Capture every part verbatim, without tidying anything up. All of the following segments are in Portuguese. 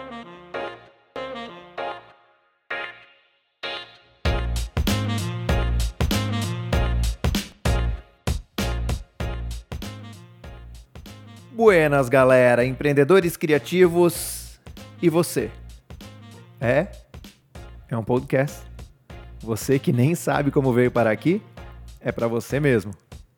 Buenas, galera, empreendedores criativos e você. É? É um podcast. Você que nem sabe como veio parar aqui, é para você mesmo.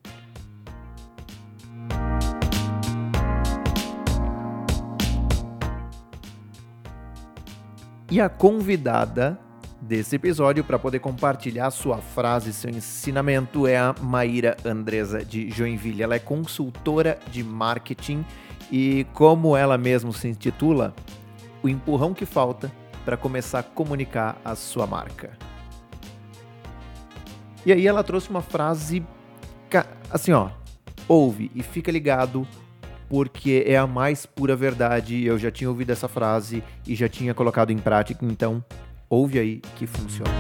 E a convidada desse episódio para poder compartilhar sua frase, seu ensinamento é a Maíra Andresa de Joinville. Ela é consultora de marketing e, como ela mesma se intitula, o empurrão que falta para começar a comunicar a sua marca. E aí ela trouxe uma frase assim, ó, ouve e fica ligado, porque é a mais pura verdade. Eu já tinha ouvido essa frase e já tinha colocado em prática, então ouve aí que funciona.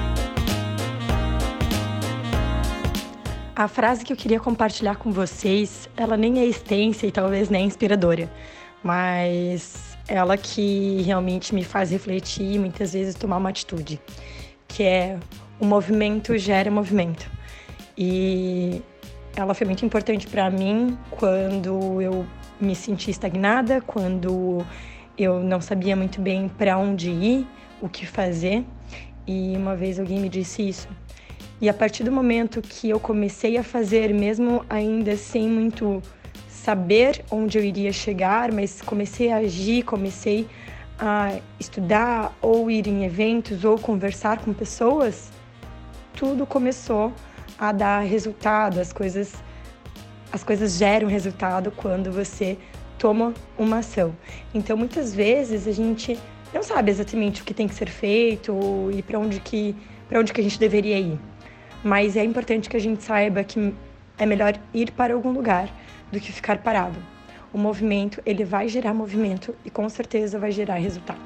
A frase que eu queria compartilhar com vocês, ela nem é extensa e talvez nem inspiradora, mas ela que realmente me faz refletir e muitas vezes tomar uma atitude, que é: o movimento gera movimento. E ela foi muito importante para mim quando eu me senti estagnada, quando eu não sabia muito bem para onde ir, o que fazer, e uma vez alguém me disse isso. E a partir do momento que eu comecei a fazer, mesmo ainda sem muito saber onde eu iria chegar, mas comecei a agir, comecei a estudar, ou ir em eventos, ou conversar com pessoas, tudo começou a dar resultado. As coisas, as coisas geram resultado quando você toma uma ação. Então, muitas vezes, a gente não sabe exatamente o que tem que ser feito e para onde que, para onde que a gente deveria ir. Mas é importante que a gente saiba que é melhor ir para algum lugar do que ficar parado. O movimento, ele vai gerar movimento e com certeza vai gerar resultado.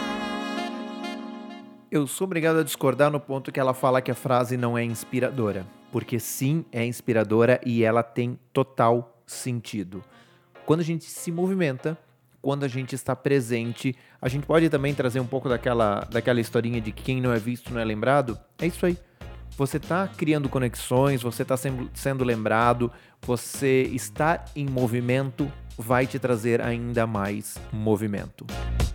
Eu sou obrigado a discordar no ponto que ela fala que a frase não é inspiradora, porque sim, é inspiradora e ela tem total sentido. Quando a gente se movimenta, quando a gente está presente, a gente pode também trazer um pouco daquela, daquela historinha de que quem não é visto não é lembrado. É isso aí. Você está criando conexões, você está sendo, sendo lembrado, você estar em movimento vai te trazer ainda mais movimento.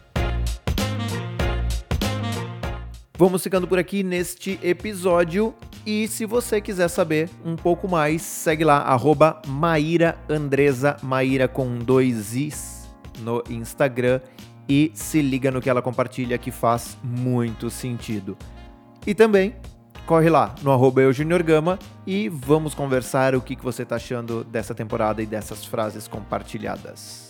Vamos ficando por aqui neste episódio. E se você quiser saber um pouco mais, segue lá, arroba Maíra Andresa, Maíra com dois Is, no Instagram, e se liga no que ela compartilha, que faz muito sentido. E também corre lá no arroba Eu Junior Gama e vamos conversar o que você está achando dessa temporada e dessas frases compartilhadas.